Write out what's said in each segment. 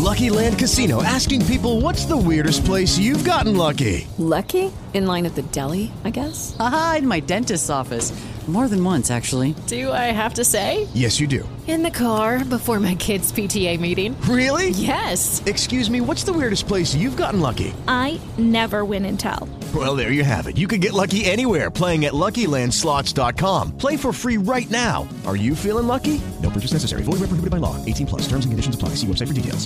Lucky Land Casino, asking people, what's the weirdest place you've gotten lucky? Lucky? In line at the deli, I guess? Aha, in my dentist's office. More than once, actually. Do I have to say? Yes, you do. In the car before my kids' PTA meeting. Really? Yes. Excuse me, what's the weirdest place you've gotten lucky? I never win and tell. Well, there you have it. You can get lucky anywhere, playing at LuckyLandSlots.com. Play for free right now. Are you feeling lucky? No purchase necessary. Void where prohibited by law. 18 plus. Terms and conditions apply. See website for details.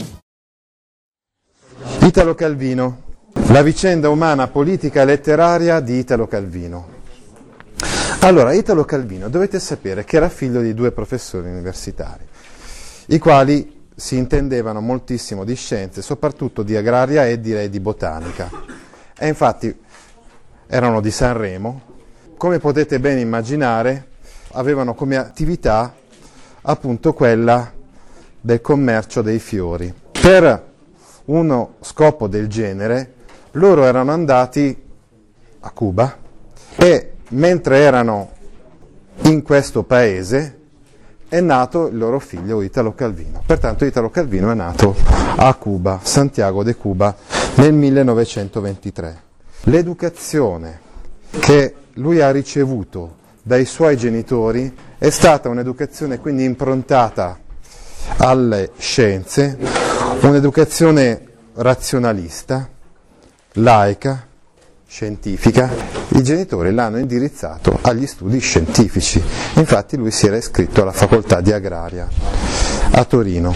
Italo Calvino. La vicenda umana, politica e letteraria di Italo Calvino. Allora, Italo Calvino, dovete sapere che era figlio di 2 professori universitari, i quali si intendevano moltissimo di scienze, soprattutto di agraria e direi di botanica. E infatti erano di Sanremo. Come potete ben immaginare, avevano come attività appunto quella del commercio dei fiori. Per uno scopo del genere, loro erano andati a Cuba e mentre erano in questo paese è nato il loro figlio Italo Calvino. Pertanto Italo Calvino è nato a Cuba, Santiago de Cuba, nel 1923. L'educazione che lui ha ricevuto dai suoi genitori è stata un'educazione quindi improntata alle scienze, un'educazione razionalista, laica, scientifica. I genitori l'hanno indirizzato agli studi scientifici, infatti lui si era iscritto alla facoltà di agraria a Torino.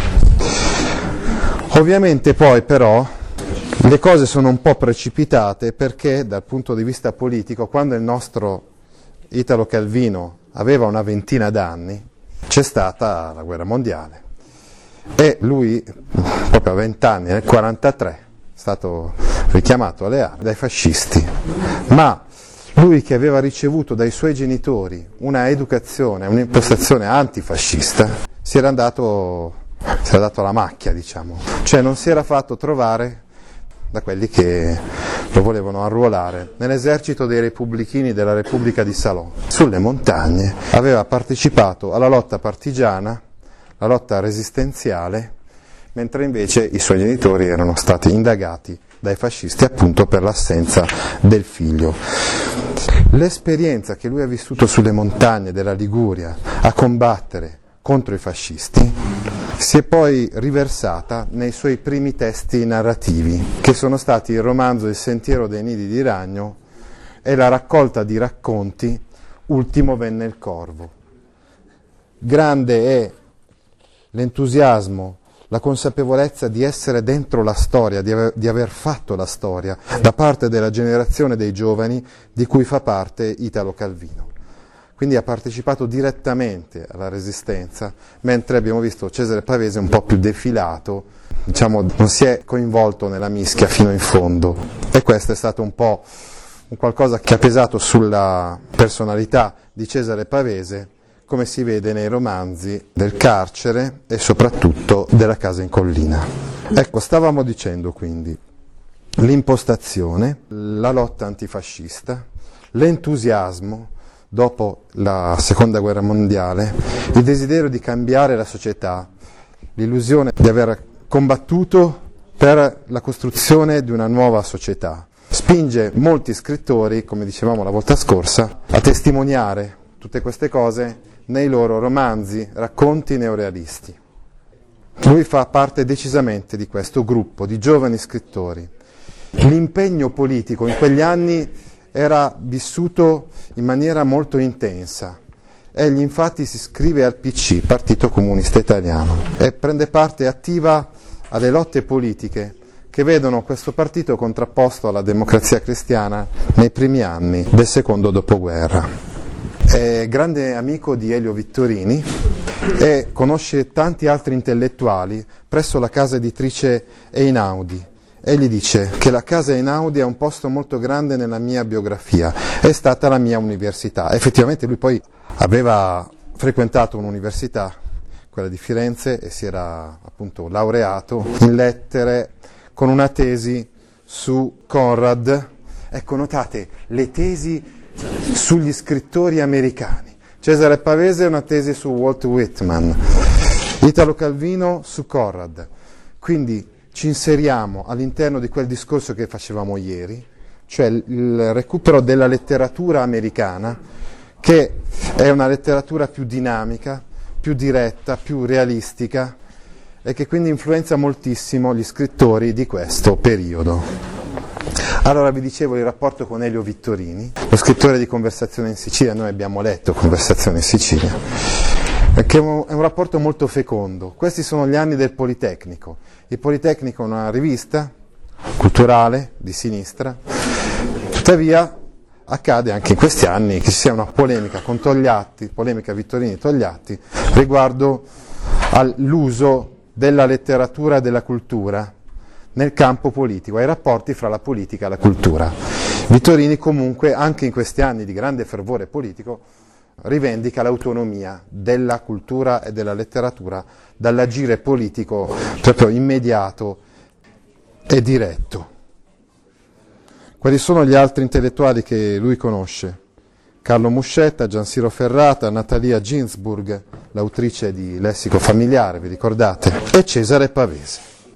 Ovviamente poi però le cose sono un po' precipitate, perché dal punto di vista politico, quando il nostro Italo Calvino aveva una ventina d'anni, c'è stata la guerra mondiale e lui proprio a 20 anni, nel 1943, è stato richiamato alle armi dai fascisti, ma lui che aveva ricevuto dai suoi genitori una educazione, un'impostazione antifascista, si era dato la macchia, diciamo, cioè non si era fatto trovare da quelli che lo volevano arruolare nell'esercito dei repubblichini della Repubblica di Salò. Sulle montagne aveva partecipato alla lotta partigiana, la lotta resistenziale, mentre invece i suoi genitori erano stati indagati dai fascisti appunto per l'assenza del figlio. L'esperienza che lui ha vissuto sulle montagne della Liguria a combattere contro i fascisti si è poi riversata nei suoi primi testi narrativi, che sono stati il romanzo Il sentiero dei nidi di ragno e la raccolta di racconti Ultimo venne il corvo. Grande è l'entusiasmo, la consapevolezza di essere dentro la storia, di aver fatto la storia da parte della generazione dei giovani di cui fa parte Italo Calvino. Quindi ha partecipato direttamente alla Resistenza, mentre abbiamo visto Cesare Pavese un po' più defilato, diciamo non si è coinvolto nella mischia fino in fondo. E questo è stato un po' un qualcosa che ha pesato sulla personalità di Cesare Pavese, come si vede nei romanzi del carcere e soprattutto della casa in collina. Ecco, stavamo dicendo quindi l'impostazione, la lotta antifascista, l'entusiasmo dopo la seconda guerra mondiale, il desiderio di cambiare la società, l'illusione di aver combattuto per la costruzione di una nuova società. Spinge molti scrittori, come dicevamo la volta scorsa, a testimoniare tutte queste cose nei loro romanzi, racconti neorealisti. Lui fa parte decisamente di questo gruppo di giovani scrittori. L'impegno politico in quegli anni era vissuto in maniera molto intensa. Egli infatti si iscrive al PC, Partito Comunista Italiano, e prende parte attiva alle lotte politiche che vedono questo partito contrapposto alla Democrazia Cristiana nei primi anni del secondo dopoguerra. È grande amico di Elio Vittorini e conosce tanti altri intellettuali presso la casa editrice Einaudi. Egli dice che la casa Einaudi è un posto molto grande nella mia biografia, è stata la mia università. Effettivamente lui poi aveva frequentato un'università, quella di Firenze, e si era appunto laureato in lettere con una tesi su Conrad. Ecco, notate, le tesi sugli scrittori americani. Cesare Pavese una tesi su Walt Whitman, Italo Calvino su Conrad. Quindi ci inseriamo all'interno di quel discorso che facevamo ieri, cioè il recupero della letteratura americana, che è una letteratura più dinamica, più diretta, più realistica e che quindi influenza moltissimo gli scrittori di questo periodo. Allora vi dicevo il rapporto con Elio Vittorini, lo scrittore di Conversazioni in Sicilia. Noi abbiamo letto Conversazioni in Sicilia, che è un rapporto molto fecondo. Questi sono gli anni del Politecnico. Il Politecnico è una rivista culturale di sinistra, tuttavia accade anche in questi anni che ci sia una polemica con Togliatti, polemica Vittorini-Togliatti, riguardo all'uso della letteratura e della cultura nel campo politico, ai rapporti fra la politica e la cultura. Vittorini comunque, anche in questi anni di grande fervore politico, rivendica l'autonomia della cultura e della letteratura dall'agire politico proprio immediato e diretto. Quali sono gli altri intellettuali che lui conosce? Carlo Muscetta, Giansiro Ferrata, Natalia Ginsburg, l'autrice di Lessico familiare, vi ricordate? E Cesare Pavese.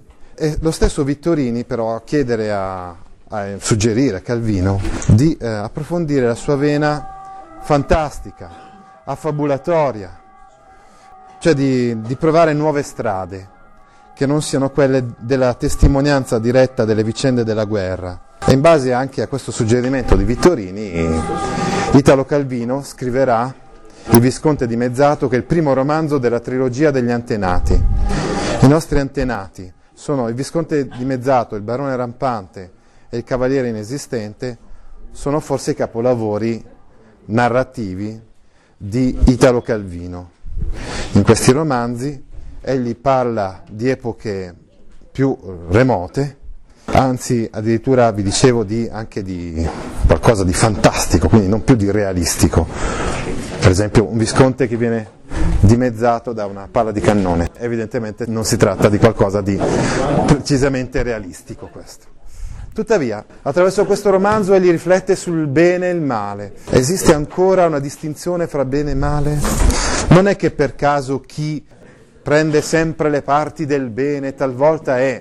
E lo stesso Vittorini però a chiedere, a suggerire a Calvino di approfondire la sua vena fantastica, affabulatoria, cioè di provare nuove strade che non siano quelle della testimonianza diretta delle vicende della guerra. E in base anche a questo suggerimento di Vittorini, Italo Calvino scriverà Il Visconte dimezzato, che è il primo romanzo della trilogia degli antenati. I nostri antenati sono Il Visconte dimezzato, Il Barone rampante e Il Cavaliere inesistente, sono forse i capolavori narrativi di Italo Calvino. In questi romanzi egli parla di epoche più remote, anzi addirittura vi dicevo anche di qualcosa di fantastico, quindi non più di realistico. Per esempio un visconte che viene dimezzato da una palla di cannone, evidentemente non si tratta di qualcosa di precisamente realistico questo. Tuttavia, attraverso questo romanzo egli riflette sul bene e il male. Esiste ancora una distinzione fra bene e male? Non è che per caso chi prende sempre le parti del bene talvolta è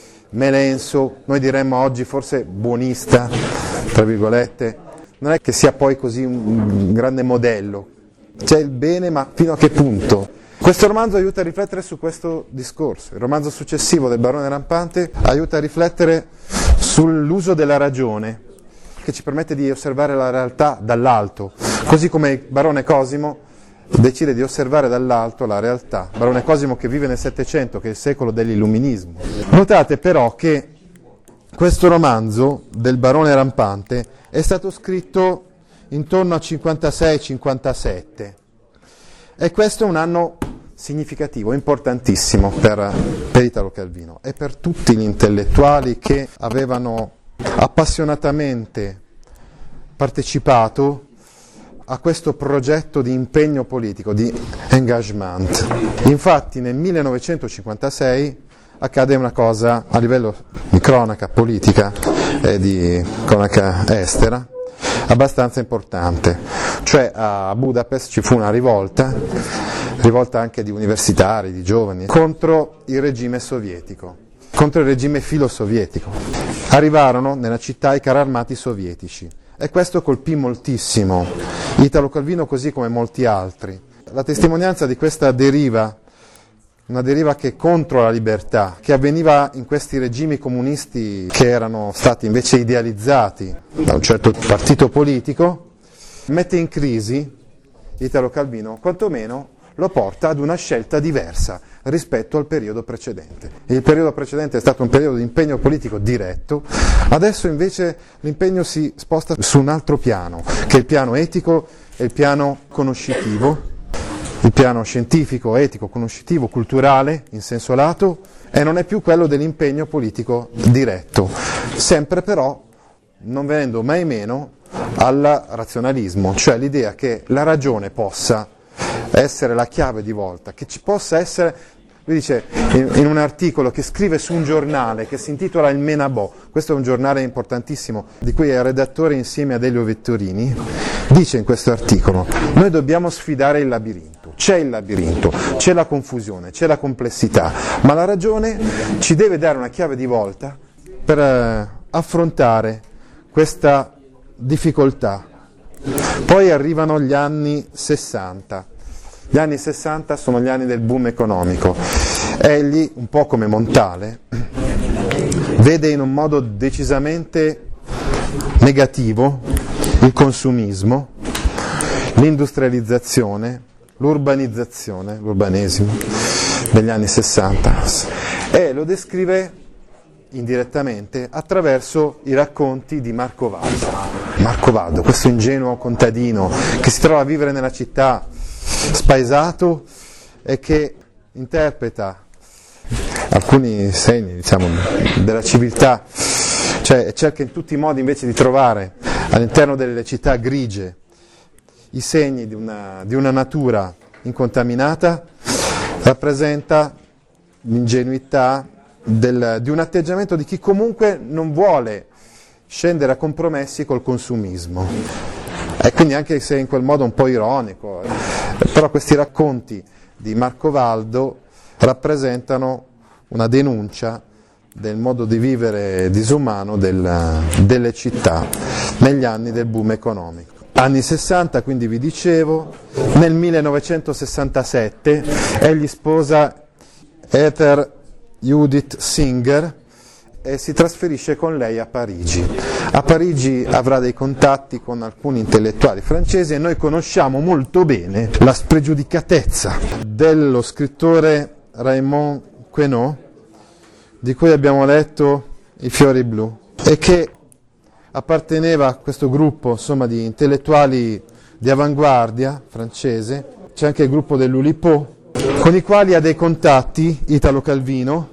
melenso, noi diremmo oggi forse buonista, tra virgolette, non è che sia poi così un grande modello. C'è il bene, ma fino a che punto? Questo romanzo aiuta a riflettere su questo discorso. Il romanzo successivo del Barone rampante aiuta a riflettere sull'uso della ragione, che ci permette di osservare la realtà dall'alto, così come il Barone Cosimo decide di osservare dall'alto la realtà. Barone Cosimo che vive nel Settecento, che è il secolo dell'illuminismo. Notate però che questo romanzo del Barone rampante è stato scritto intorno a 56-57 e questo è un anno significativo, importantissimo per Italo Calvino e per tutti gli intellettuali che avevano appassionatamente partecipato a questo progetto di impegno politico, di engagement. Infatti nel 1956 accade una cosa a livello di cronaca politica e di cronaca estera abbastanza importante, cioè a Budapest ci fu una rivolta anche di universitari, di giovani, contro il regime sovietico, contro il regime filosovietico. Arrivarono nella città i carri armati sovietici e questo colpì moltissimo Italo Calvino così come molti altri. La testimonianza di questa deriva, una deriva che è contro la libertà, che avveniva in questi regimi comunisti che erano stati invece idealizzati da un certo partito politico, mette in crisi Italo Calvino, quantomeno lo porta ad una scelta diversa rispetto al periodo precedente. Il periodo precedente è stato un periodo di impegno politico diretto, adesso invece l'impegno si sposta su un altro piano, che è il piano etico e il piano conoscitivo, il piano scientifico, etico, conoscitivo, culturale, in senso lato, e non è più quello dell'impegno politico diretto, sempre però non venendo mai meno al razionalismo, cioè l'idea che la ragione possa essere la chiave di volta, che ci possa essere, lui dice in un articolo che scrive su un giornale che si intitola Il Menabò, questo è un giornale importantissimo di cui è redattore insieme ad Elio Vittorini, dice in questo articolo: noi dobbiamo sfidare il labirinto. c'è il labirinto, c'è la confusione, c'è la complessità, ma la ragione ci deve dare una chiave di volta per affrontare questa difficoltà. Poi arrivano gli anni 60. Gli anni 60 sono gli anni del boom economico. Egli, un po' come Montale, vede in un modo decisamente negativo il consumismo, l'industrializzazione, l'urbanesimo degli anni 60 e lo descrive indirettamente attraverso i racconti di Marco Valdo. Marco Valdo, questo ingenuo contadino che si trova a vivere nella città spaesato e che interpreta alcuni segni, della civiltà, cioè cerca in tutti i modi invece di trovare all'interno delle città grigie i segni di una natura incontaminata, rappresenta l'ingenuità di un atteggiamento di chi comunque non vuole scendere a compromessi col consumismo. E quindi anche se in quel modo un po' ironico, però questi racconti di Marco Valdo rappresentano una denuncia del modo di vivere disumano delle città negli anni del boom economico. Anni 60, quindi vi dicevo, nel 1967 egli sposa Ethel Judith Singer e si trasferisce con lei a Parigi. A Parigi avrà dei contatti con alcuni intellettuali francesi e noi conosciamo molto bene la spregiudicatezza dello scrittore Raymond Queneau, di cui abbiamo letto I fiori blu, e che apparteneva a questo gruppo di intellettuali di avanguardia francese. C'è anche il gruppo dell'Oulipo, con i quali ha dei contatti Italo Calvino,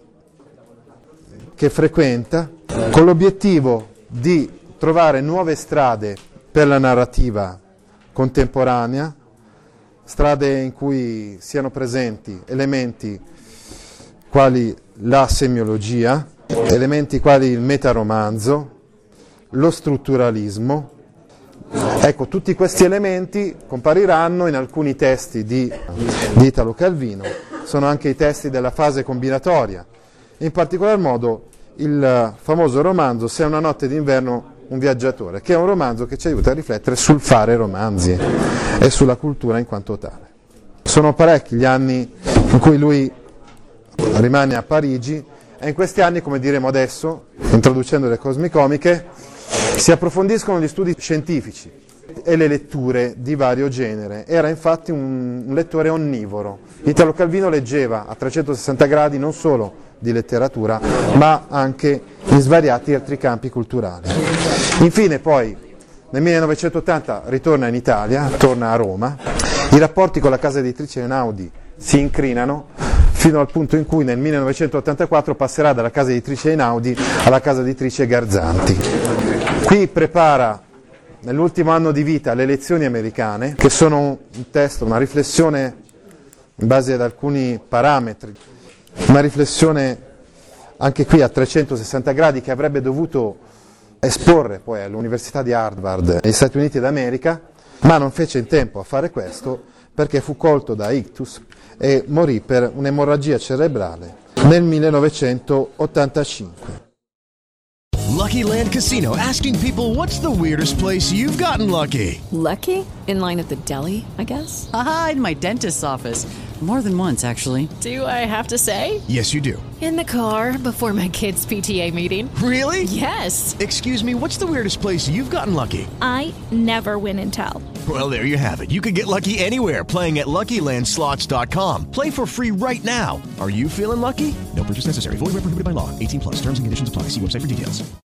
che frequenta, con l'obiettivo di trovare nuove strade per la narrativa contemporanea, strade in cui siano presenti elementi quali la semiologia, elementi quali il metaromanzo, lo strutturalismo. Ecco, tutti questi elementi compariranno in alcuni testi di Italo Calvino, sono anche i testi della fase combinatoria, in particolar modo il famoso romanzo Se una notte d'inverno un viaggiatore, che è un romanzo che ci aiuta a riflettere sul fare romanzi e sulla cultura in quanto tale. Sono parecchi gli anni in cui lui rimane a Parigi e in questi anni, come diremo adesso, introducendo le cosmicomiche, si approfondiscono gli studi scientifici e le letture di vario genere. Era infatti un lettore onnivoro. Italo Calvino leggeva a 360 gradi non solo di letteratura, ma anche in svariati altri campi culturali. Infine poi, nel 1980 ritorna in Italia, torna a Roma, i rapporti con la casa editrice Einaudi si incrinano fino al punto in cui nel 1984 passerà dalla casa editrice Einaudi alla casa editrice Garzanti. Qui prepara nell'ultimo anno di vita le lezioni americane, che sono un testo, una riflessione in base ad alcuni parametri, una riflessione anche qui a 360 gradi che avrebbe dovuto esporre poi all'Università di Harvard negli Stati Uniti d'America, ma non fece in tempo a fare questo perché fu colto da ictus e morì per un'emorragia cerebrale nel 1985. Lucky Land Casino, asking people, what's the weirdest place you've gotten lucky? Lucky? In line at the deli, I guess? Aha, in my dentist's office. More than once, actually. Do I have to say? Yes, you do. In the car before my kids' PTA meeting. Really? Yes. Excuse me, what's the weirdest place you've gotten lucky? I never win and tell. Well, there you have it. You can get lucky anywhere, playing at LuckyLandSlots.com. Play for free right now. Are you feeling lucky? No purchase necessary. Void where prohibited by law. 18+. Terms and conditions apply. See website for details.